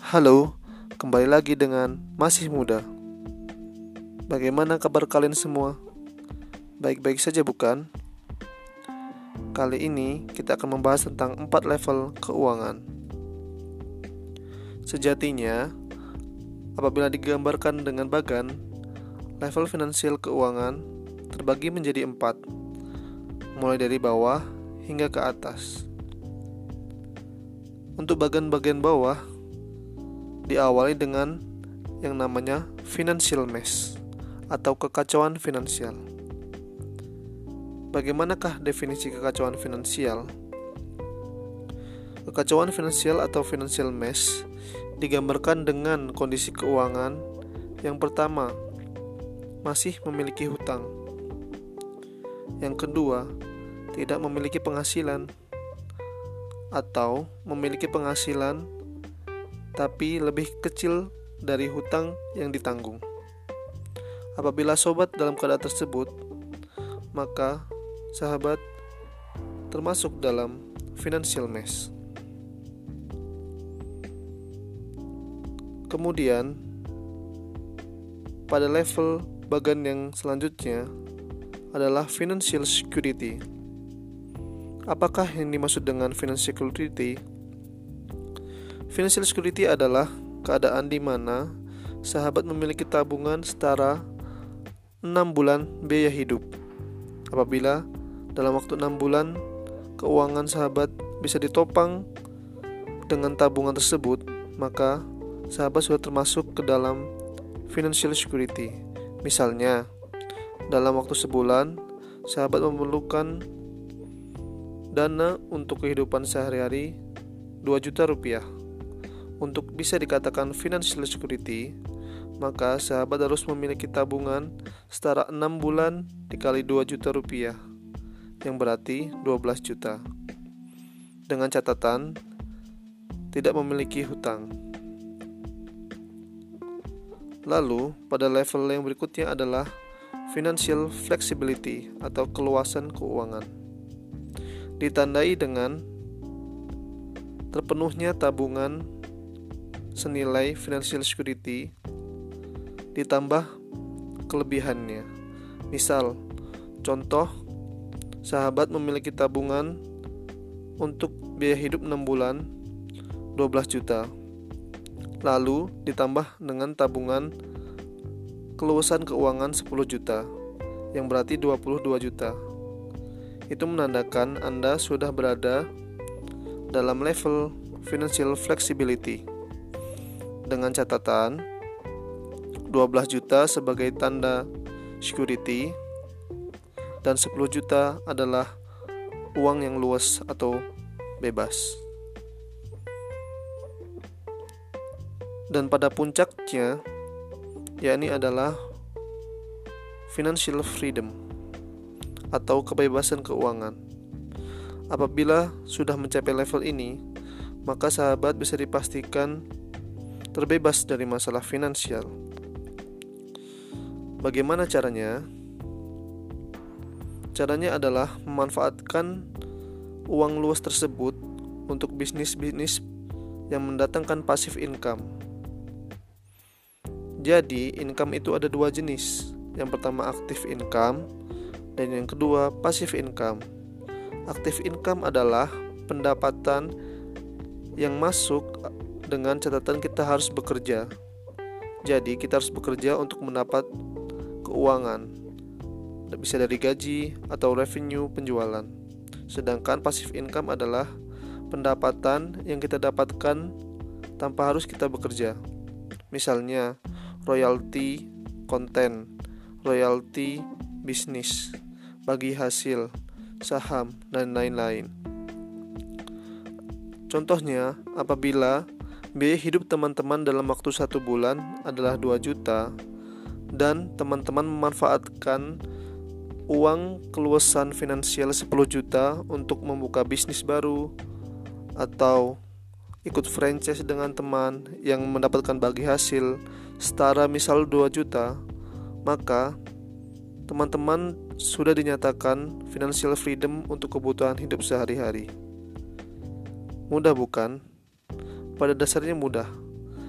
Halo, kembali lagi dengan Masih Muda. Bagaimana kabar kalian semua? Baik-baik saja bukan? Kali ini kita akan membahas tentang 4 level keuangan. Sejatinya, apabila digambarkan dengan bagan, level finansial keuangan terbagi menjadi 4, mulai dari bawah hingga ke atas. Untuk bagian-bagian bawah, diawali dengan yang namanya financial mess atau kekacauan finansial. Bagaimanakah definisi kekacauan finansial? Kekacauan finansial atau financial mess digambarkan dengan kondisi keuangan yang pertama, masih memiliki hutang. Yang kedua, tidak memiliki penghasilan atau memiliki penghasilan tapi lebih kecil dari hutang yang ditanggung. Apabila sobat dalam keadaan tersebut, maka sahabat termasuk dalam financial mess. Kemudian, pada level bagian yang selanjutnya adalah financial security. Apakah yang dimaksud dengan financial security? Financial security adalah keadaan di mana sahabat memiliki tabungan setara 6 bulan biaya hidup. Apabila dalam waktu 6 bulan keuangan sahabat bisa ditopang dengan tabungan tersebut, maka sahabat sudah termasuk ke dalam financial security. Misalnya, dalam waktu sebulan sahabat memerlukan dana untuk kehidupan sehari-hari 2 juta rupiah. Untuk bisa dikatakan financial security, maka sahabat harus memiliki tabungan setara 6 bulan dikali 2 juta rupiah, yang berarti 12 juta. Dengan catatan, tidak memiliki hutang. Lalu, pada level yang berikutnya adalah financial flexibility atau keluasan keuangan. Ditandai dengan terpenuhnya tabungan senilai financial security ditambah kelebihannya. Misal, contoh, sahabat memiliki tabungan untuk biaya hidup 6 bulan 12 juta. Lalu ditambah dengan tabungan keluasan keuangan 10 juta, yang berarti 22 juta. Itu menandakan Anda sudah berada dalam level financial flexibility. Dengan catatan 12 juta sebagai tanda security dan 10 juta adalah uang yang luas atau bebas. Dan pada puncaknya, yakni adalah financial freedom atau kebebasan keuangan. Apabila sudah mencapai level ini, maka sahabat bisa dipastikan terbebas dari masalah finansial. Bagaimana caranya? Caranya adalah memanfaatkan uang luas tersebut untuk bisnis-bisnis yang mendatangkan passive income. Jadi, income itu ada 2 jenis. Yang pertama active income dan yang kedua passive income. Active income adalah pendapatan yang masuk dengan catatan kita harus bekerja. Jadi kita harus bekerja untuk mendapat keuangan, bisa dari gaji atau revenue penjualan. Sedangkan passive income adalah pendapatan yang kita dapatkan tanpa harus kita bekerja. Misalnya royalti konten, royalti bisnis, bagi hasil, saham, dan lain-lain. Contohnya, apabila biaya hidup teman-teman dalam waktu 1 bulan adalah 2 juta dan teman-teman memanfaatkan uang keluasan finansial 10 juta untuk membuka bisnis baru atau ikut franchise dengan teman yang mendapatkan bagi hasil setara misal 2 juta, maka teman-teman sudah dinyatakan financial freedom untuk kebutuhan hidup sehari-hari. Mudah bukan? Pada dasarnya mudah.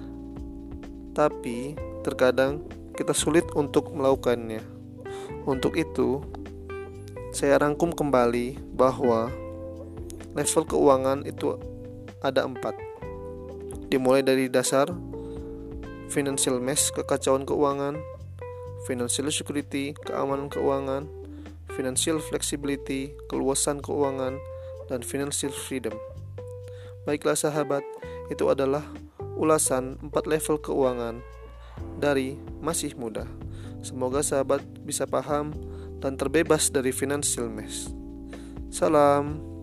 tapi terkadang kita sulit untuk melakukannya. Untuk itu, saya rangkum kembali bahwa level keuangan itu ada 4. Dimulai dari dasar, financial mess, kekacauan keuangan; financial security, keamanan keuangan; financial flexibility, keluasan keuangan; dan financial freedom. Baiklah sahabat, itu adalah ulasan 4 level keuangan dari masih muda. Semoga sahabat bisa paham dan terbebas dari financial mess. Salam.